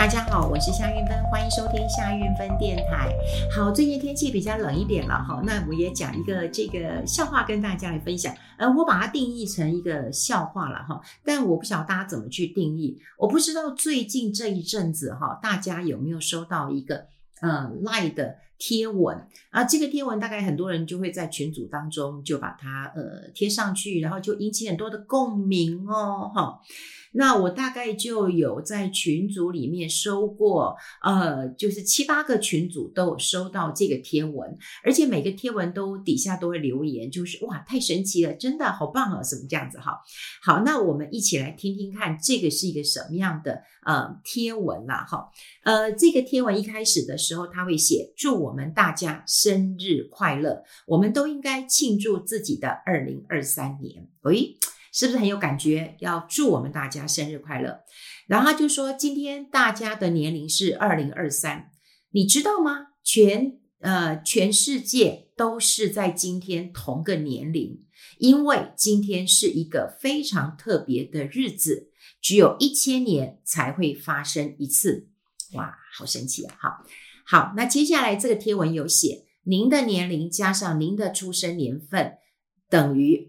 大家好，我是夏运芬，欢迎收听夏运芬电台。好，最近天气比较冷一点了哈，那我也讲一个这个笑话跟大家来分享。我把它定义成一个笑话了哈，但我不晓得大家怎么去定义。我不知道最近这一阵子哈，大家有没有收到一个LINE 的贴文啊？这个贴文大概很多人就会在群组当中就把它贴上去，然后就引起很多的共鸣哦哈。那我大概就有在群组里面收过就是7、8个群组都有收到这个贴文，而且每个贴文都底下都会留言，就是哇太神奇了，真的好棒哦，什么这样子哈。好，那我们一起来听听看这个是一个什么样的贴文啦哈。这个贴文一开始的时候他会写祝我们大家生日快乐，我们都应该庆祝自己的2023年。是不是很有感觉？要祝我们大家生日快乐。然后他就说今天大家的年龄是2023，你知道吗？全世界都是在今天同个年龄，因为今天是一个非常特别的日子，只有1000年才会发生一次。哇，好神奇啊！好，那接下来这个贴文有写您的年龄加上您的出生年份等于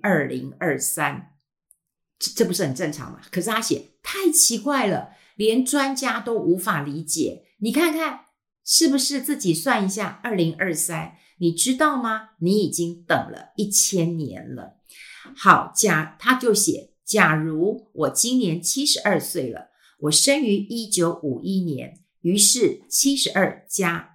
2023。这不是很正常吗？可是他写太奇怪了，连专家都无法理解。你看看是不是自己算一下2023，你知道吗？你已经等了1000年了。好，他就写假如我今年72岁了，我生于1951年，于是72加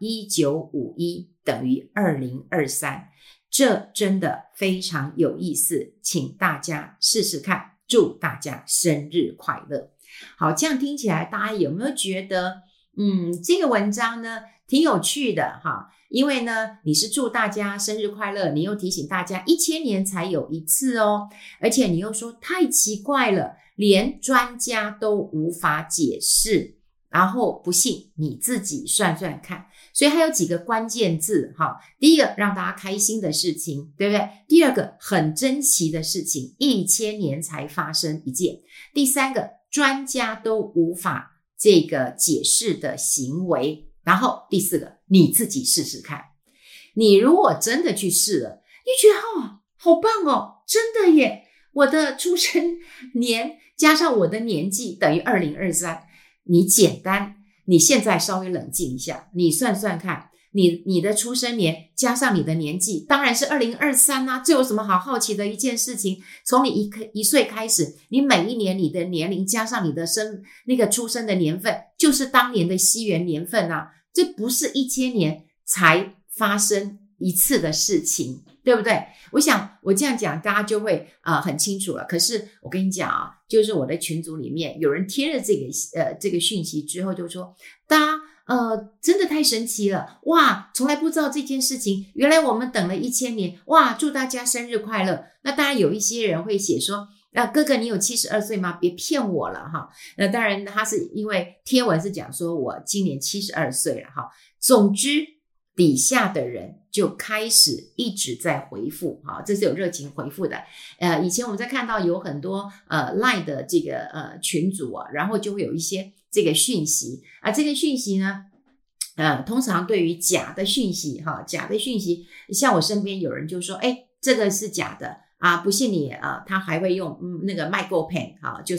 1951等于2023。这真的非常有意思，请大家试试看。祝大家生日快乐。好，这样听起来大家有没有觉得这个文章呢挺有趣的哈？因为呢你是祝大家生日快乐，你又提醒大家1000年才有一次哦，而且你又说太奇怪了，连专家都无法解释，然后不信你自己算算看。所以还有几个关键字哈，第一个让大家开心的事情，对不对？第二个很珍奇的事情，1000年才发生一件。第三个专家都无法这个解释的行为，然后第四个你自己试试看。你如果真的去试了，你觉得好棒哦，真的耶，我的出生年加上我的年纪等于2023。你现在稍微冷静一下，你算算看，你的出生年加上你的年纪当然是2023啊，这有什么好好奇的一件事情？从你一岁开始，你每一年你的年龄加上你的那个出生的年份，就是当年的西元年份啊，这不是1000年才发生一次的事情，对不对？我想我这样讲大家就会很清楚了。可是我跟你讲啊，就是我的群组里面有人贴了这个讯息之后就说，大家真的太神奇了，哇，从来不知道这件事情，原来我们等了1000年，哇，祝大家生日快乐。那当然有一些人会写说哥哥你有72岁吗？别骗我了哈。那当然他是因为贴文是讲说我今年72岁了哈。总之底下的人就开始一直在回复，这是有热情回复的。以前我们在看到有很多LINE 的这个群组啊，然后就会有一些这个讯息啊，这个讯息呢通常对于假的讯息像我身边有人就说这个是假的啊，不信你他还会用那个 MyGo Pen 就是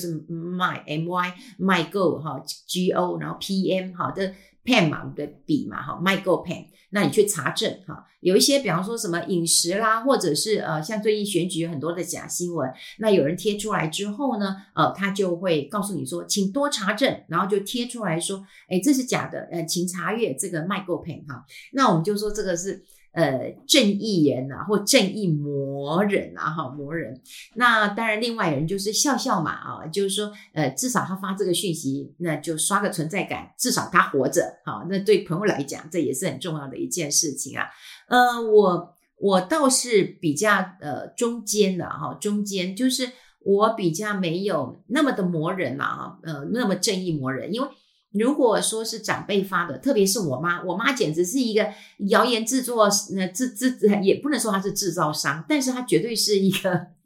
MyGo GO 然后 PM 的 pen 嘛，我们的笔嘛MyGo Pen， 那你去查证有一些比方说什么饮食啦，或者是像最近选举有很多的假新闻，那有人贴出来之后呢他就会告诉你说请多查证，然后就贴出来说这是假的请查阅这个 MyGo Pen 那我们就说这个是正义人或正义魔人魔人。那当然另外有人就是笑笑嘛就是说至少他发这个讯息，那就刷个存在感，至少他活着那对朋友来讲这也是很重要的一件事情啊。我倒是比较中间的中间就是我比较没有那么的魔人嘛那么正义魔人。因为如果说是长辈发的，特别是我妈简直是一个谣言制作也不能说她是制造商，但是她绝对是一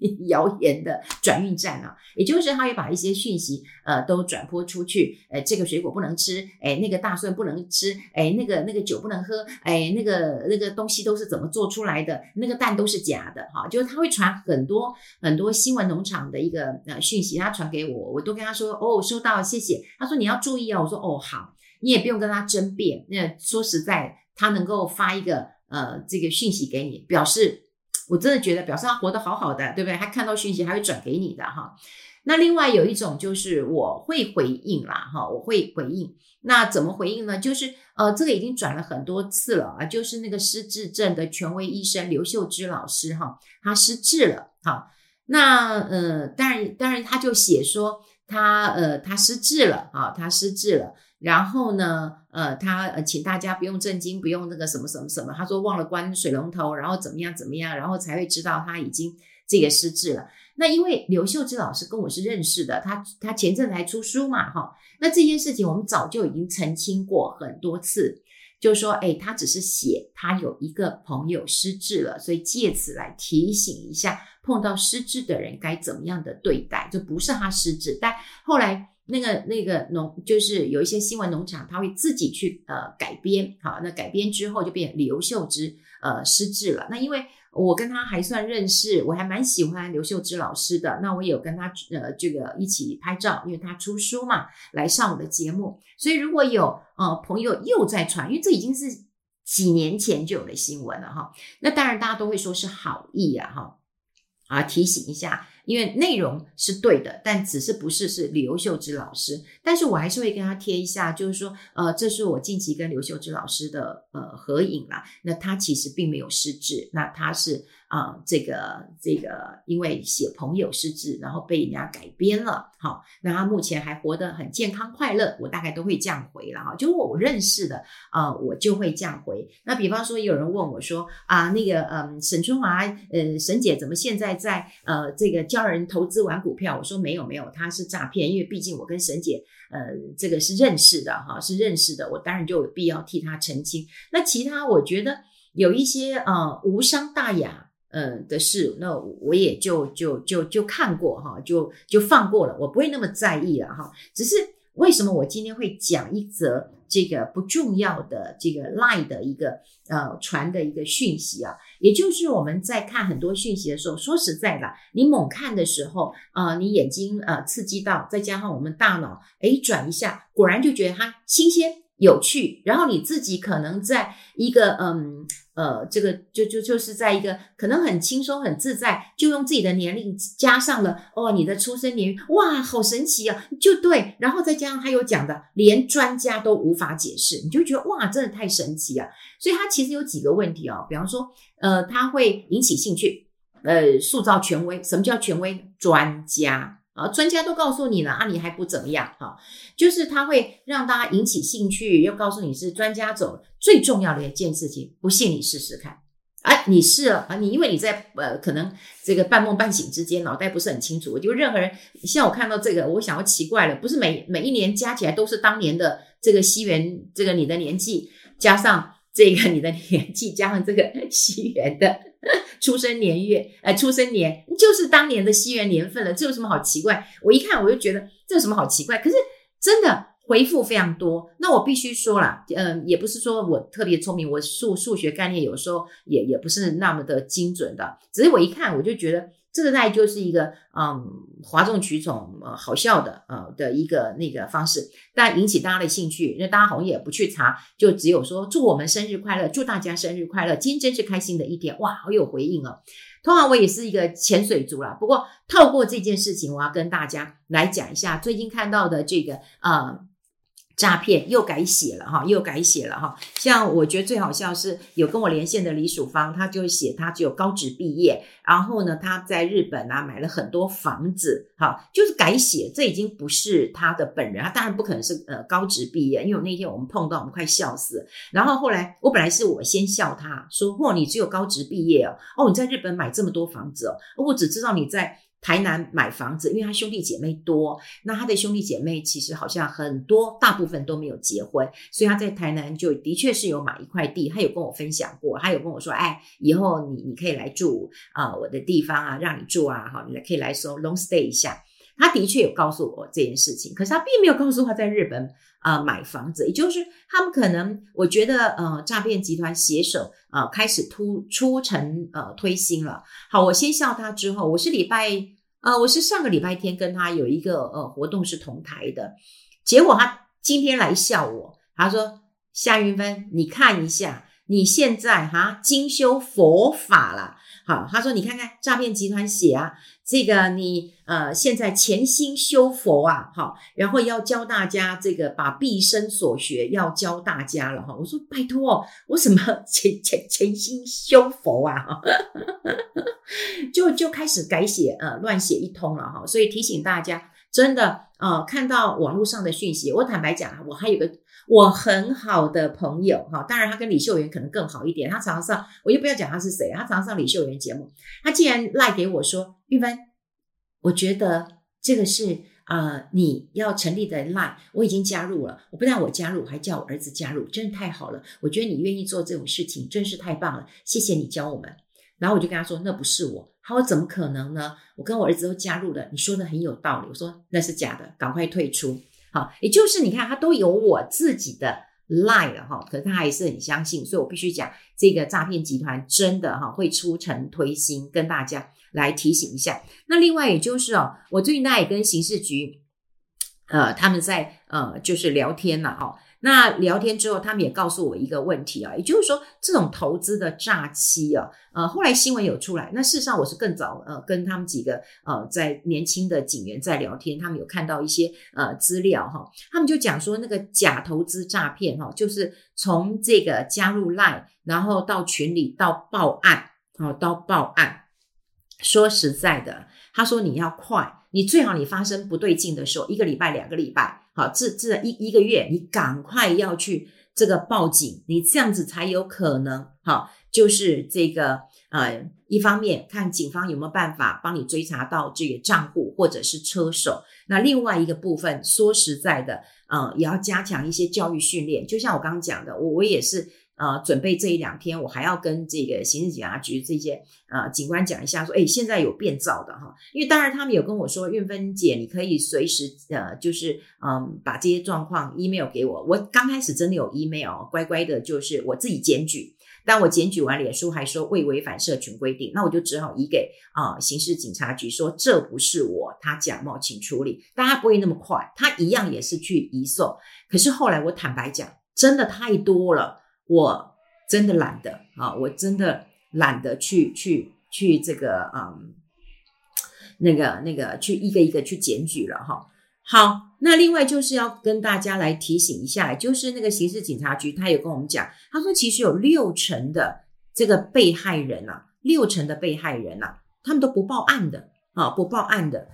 谣言的转运站啊，也就是他会把一些讯息都转播出去，这个水果不能吃，那个大蒜不能吃，那个酒不能喝，那个东西都是怎么做出来的，那个蛋都是假的哈，就是他会传很多很多新闻农场的一个讯息，他传给我，我都跟他说哦收到谢谢，他说你要注意哦，我说哦好，你也不用跟他争辩，那说实在他能够发一个这个讯息给你，表示我真的觉得表示他活得好好的，对不对？他看到讯息还会转给你的哈。那另外有一种就是我会回应啦哈，我会回应。那怎么回应呢？就是这个已经转了很多次了啊，就是那个失智症的权威医生刘秀芝老师哈，他失智了哈。那当然他就写说他失智了啊，他失智了。然后呢他请大家不用震惊，不用那个什么什么什么，他说忘了关水龙头，然后怎么样怎么样，然后才会知道他已经这个失智了。那因为刘秀芝老师跟我是认识的，他前阵才出书嘛哈，那这件事情我们早就已经澄清过很多次，就是说他只是写他有一个朋友失智了，所以借此来提醒一下碰到失智的人该怎么样的对待，就不是他失智，但后来那个就是有一些新闻农场他会自己去改编，好，那改编之后就变刘秀芝失智了。那因为我跟他还算认识，我还蛮喜欢刘秀芝老师的，那我也有跟他这个一起拍照，因为他出书嘛，来上我的节目，所以如果有朋友又在传，因为这已经是几年前就有的新闻了哈，那当然大家都会说是好意啊哈，提醒一下，因为内容是对的，但只是不是刘秀芝老师，但是我还是会跟他贴一下，就是说这是我近期跟刘秀芝老师的合影啦，那他其实并没有失智，那他是这个因为写朋友失智，然后被人家改编了，好，那他目前还活得很健康快乐，我大概都会这样回了哈，就我认识的我就会这样回。那比方说有人问我说那个沈春华沈姐怎么现在在这个教人投资玩股票？我说没有，他是诈骗，因为毕竟我跟沈姐这个是认识的哈，是认识的，我当然就有必要替他澄清。那其他我觉得有一些无伤大雅的事，那我也就看过哈，就放过了，我不会那么在意了哈。只是为什么我今天会讲一则这个不重要的这个 LINE 的一个传的一个讯息啊，也就是我们在看很多讯息的时候，说实在的，你猛看的时候你眼睛刺激到，再加上我们大脑转一下，果然就觉得它新鲜有趣，然后你自己可能在一个这个就是在一个可能很轻松很自在，就用自己的年龄加上了你的出生年月，哇好神奇啊，就对，然后再加上他有讲的连专家都无法解释，你就觉得哇真的太神奇啊。所以他其实有几个问题比方说他会引起兴趣，塑造权威。什么叫权威？专家专家都告诉你了你还不怎么样就是他会让大家引起兴趣，又告诉你是专家走了。最重要的一件事情，不信你试试看你试了你因为你在可能这个半梦半醒之间脑袋不是很清楚，就任何人像我看到这个我想要奇怪了，不是每一年加起来都是当年的这个西元，这个你的年纪加上这个你的年纪加上这个西元的出生年月出生年就是当年的西元年份了，这有什么好奇怪？我一看我就觉得这有什么好奇怪，可是真的回复非常多。那我必须说啦也不是说我特别聪明，我数学概念有时候也不是那么的精准的，只是我一看我就觉得这个大概就是一个哗众取宠好笑的一个那个方式，但引起大家的兴趣，那大家好像也不去查，就只有说祝我们生日快乐，祝大家生日快乐，今天真是开心的一天，哇好有回应通常我也是一个潜水族啦，不过透过这件事情我要跟大家来讲一下最近看到的这个诈骗又改写了像我觉得最好笑是有跟我连线的李曙芳，他就写他只有高职毕业，然后呢他在日本买了很多房子就是改写，这已经不是他的本人，他当然不可能是高职毕业，因为那天我们碰到我们快笑死了，然后后来我本来是我先笑他说你只有高职毕业你在日本买这么多房子我只知道你在台南买房子，因为他兄弟姐妹多，那他的兄弟姐妹其实好像很多，大部分都没有结婚，所以他在台南就的确是有买一块地，他有跟我分享过，他有跟我说，哎，以后你可以来住我的地方啊，让你住啊，你可以来说 long stay 一下。他的确有告诉我这件事情，可是他并没有告诉我他在日本买房子，也就是他们可能我觉得诈骗集团携手开始出城推新了。好，我先笑他之后，我是上个礼拜天跟他有一个活动是同台的，结果他今天来笑我，他说夏云芬你看一下你现在精修佛法啦。好，他说你看看诈骗集团写啊，这个你现在潜心修佛啊，好，然后要教大家这个把毕生所学要教大家了哈。我说拜托，我什么潜心修佛啊？就开始改写乱写一通了哈。所以提醒大家，真的看到网络上的讯息，我坦白讲，我还有个我很好的朋友当然他跟李秀媛可能更好一点，他常常上，我就不要讲他是谁，他常常上李秀媛节目，他竟然赖给我说，玉芬，我觉得这个是你要成立的 LINE 我已经加入了，我不但我加入，我还叫我儿子加入，真的太好了，我觉得你愿意做这种事情真是太棒了，谢谢你教我们。然后我就跟他说那不是我，他说怎么可能呢，我跟我儿子都加入了，你说的很有道理。我说那是假的，赶快退出。好，也就是你看他都有我自己的 line 了可是他还是很相信，所以我必须讲这个诈骗集团真的会出城推新，跟大家来提醒一下。那另外也就是我最近大家也跟刑事局他们在就是聊天了那聊天之后他们也告诉我一个问题也就是说这种投资的诈欺后来新闻有出来，那事实上我是更早跟他们几个在年轻的警员在聊天，他们有看到一些资料他们就讲说那个假投资诈骗就是从这个加入 LINE 然后到群里到报案说实在的，他说你要快，你最好你发生不对劲的时候1个礼拜2个礼拜好，至一个月你赶快要去这个报警，你这样子才有可能就是这个一方面看警方有没有办法帮你追查到这个账户或者是车手，那另外一个部分说实在的也要加强一些教育训练，就像我刚刚讲的，我也是准备这1-2天我还要跟这个刑事警察局这些警官讲一下说现在有变造的因为当然他们有跟我说运芬姐你可以随时就是把这些状况 email 给我，我刚开始真的有 email 乖乖的就是我自己检举，但我检举完脸书还说未违反社群规定，那我就只好移给刑事警察局说这不是我，他假冒请处理，但他不会那么快，他一样也是去移送，可是后来我坦白讲真的太多了，我真的懒得我真的懒得去这个那个去一个一个去检举了好，那另外就是要跟大家来提醒一下，就是那个刑事警察局他有跟我们讲，他说其实有60%的这个被害人60%的被害人他们都不报案的不报案的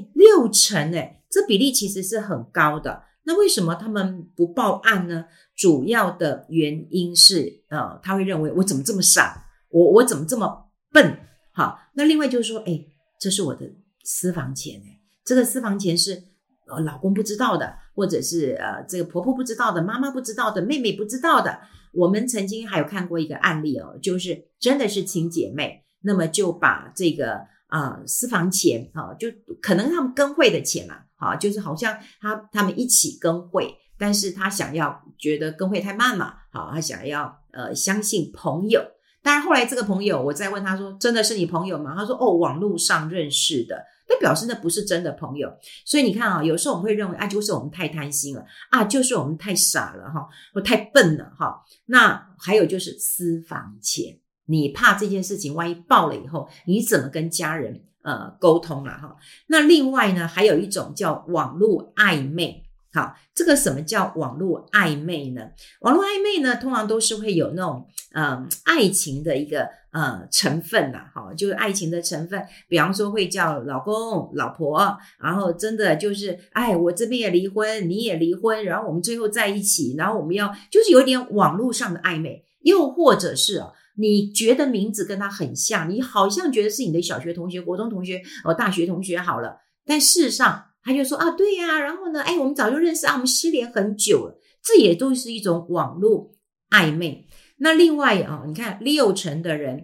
60%这比例其实是很高的。那为什么他们不报案呢？主要的原因是他会认为我怎么这么傻，我怎么这么笨。好，那另外就是说这是我的私房钱这个私房钱是老公不知道的，或者是这个婆婆不知道的，妈妈不知道的，妹妹不知道的。我们曾经还有看过一个案例就是真的是亲姐妹，那么就把这个私房钱就可能他们跟会的钱就是好像他们一起跟会，但是他想要觉得跟会太慢嘛他想要相信朋友。当然后来这个朋友我再问他说真的是你朋友吗？他说网络上认识的，那表示那不是真的朋友。所以你看有时候我们会认为就是我们太贪心了就是我们太傻了或太笨了那还有就是私房钱，你怕这件事情万一爆了以后你怎么跟家人沟通啦那另外呢还有一种叫网络暧昧。好，这个什么叫网络暧昧呢？网络暧昧呢通常都是会有那种爱情的一个成分就是爱情的成分，比方说会叫老公老婆，然后真的就是我这边也离婚你也离婚，然后我们最后在一起，然后我们要就是有点网络上的暧昧，又或者是你觉得名字跟他很像，你好像觉得是你的小学同学、国中同学、大学同学好了，但事实上他就说啊，对呀，然后呢，我们早就认识啊，我们失联很久了，这也都是一种网络暧昧。那另外你看60%的人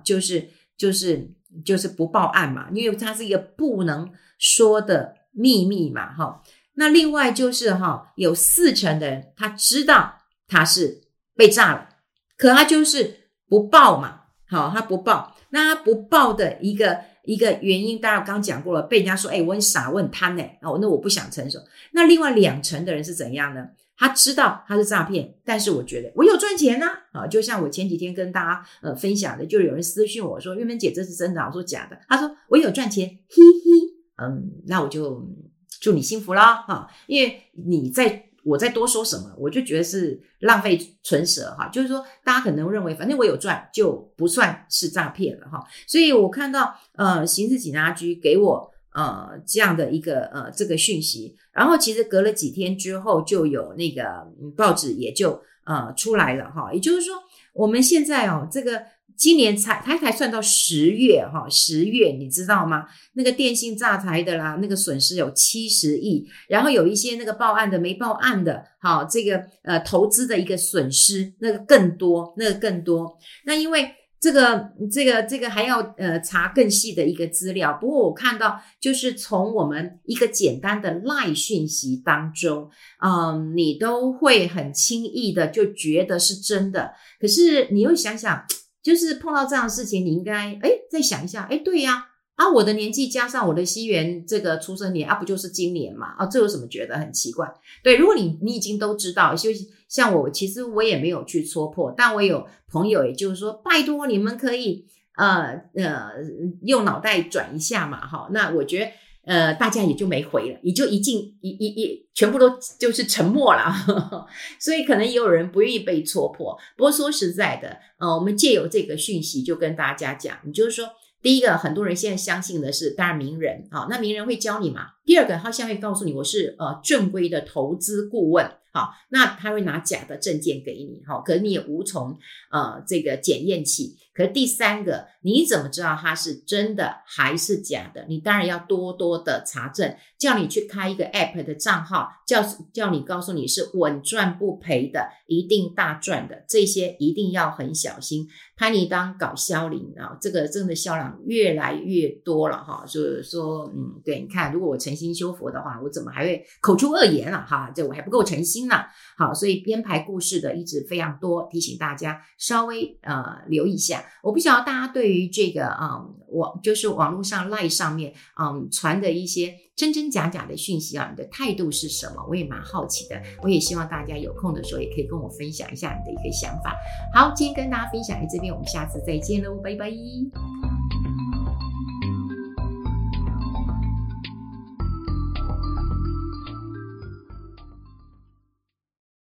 就是不报案嘛，因为它是一个不能说的秘密嘛那另外就是有40%的人他知道他是被诈了，可他就是不报嘛他不报。那他不报的一个原因，当然我刚刚讲过了，被人家说我很傻，我很贪那我不想承受。那另外2%的人是怎样呢？他知道他是诈骗，但是我觉得我有赚钱就像我前几天跟大家分享的，就有人私讯我说玉芬姐这是真的我说假的，他说我有赚钱，嘿嘿那我就祝你幸福啦因为我再多说什么我就觉得是浪费唇舌就是说大家可能认为反正我有赚就不算是诈骗了所以我看到刑事警察局给我这样的一个这个讯息，然后其实隔了几天之后就有那个报纸也就出来了也就是说我们现在这个今年才算到10月10月你知道吗？那个电信诈财的啦，那个损失有70亿，然后有一些那个报案的没报案的这个投资的一个损失那个更多。那因为这个还要查更细的一个资料，不过我看到就是从我们一个简单的 LINE 讯息当中你都会很轻易的就觉得是真的，可是你又想想就是碰到这样的事情你应该再想一下对呀我的年纪加上我的西元这个出生年不就是今年嘛这有什么觉得很奇怪？对，如果你已经都知道，像我其实我也没有去戳破，但我有朋友也就是说拜托你们可以用脑袋转一下嘛那我觉得大家也就没回了，也就全部都就是沉默了所以可能也有人不愿意被戳破。不过说实在的我们借由这个讯息就跟大家讲，你就是说第一个很多人现在相信的是当然名人那名人会教你嘛。第二个他现在会告诉你我是正规的投资顾问那他会拿假的证件给你可是你也无从这个检验起。可是第三个，你怎么知道它是真的还是假的？你当然要多多的查证，叫你去开一个 app 的账号，叫你告诉你是稳赚不赔的，一定大赚的，这些一定要很小心。拍你当搞销龄这个真的销量越来越多了就是说对，你看如果我诚心修佛的话，我怎么还会口出恶言这我还不够诚心呢好，所以编排故事的一直非常多，提醒大家稍微留意一下。我不晓得大家对于这个就是网络上 LINE 上面传的一些真真假假的讯息你的态度是什么？我也蛮好奇的，我也希望大家有空的时候也可以跟我分享一下你的一个想法。好，今天跟大家分享在这边，我们下次再见喽，拜拜。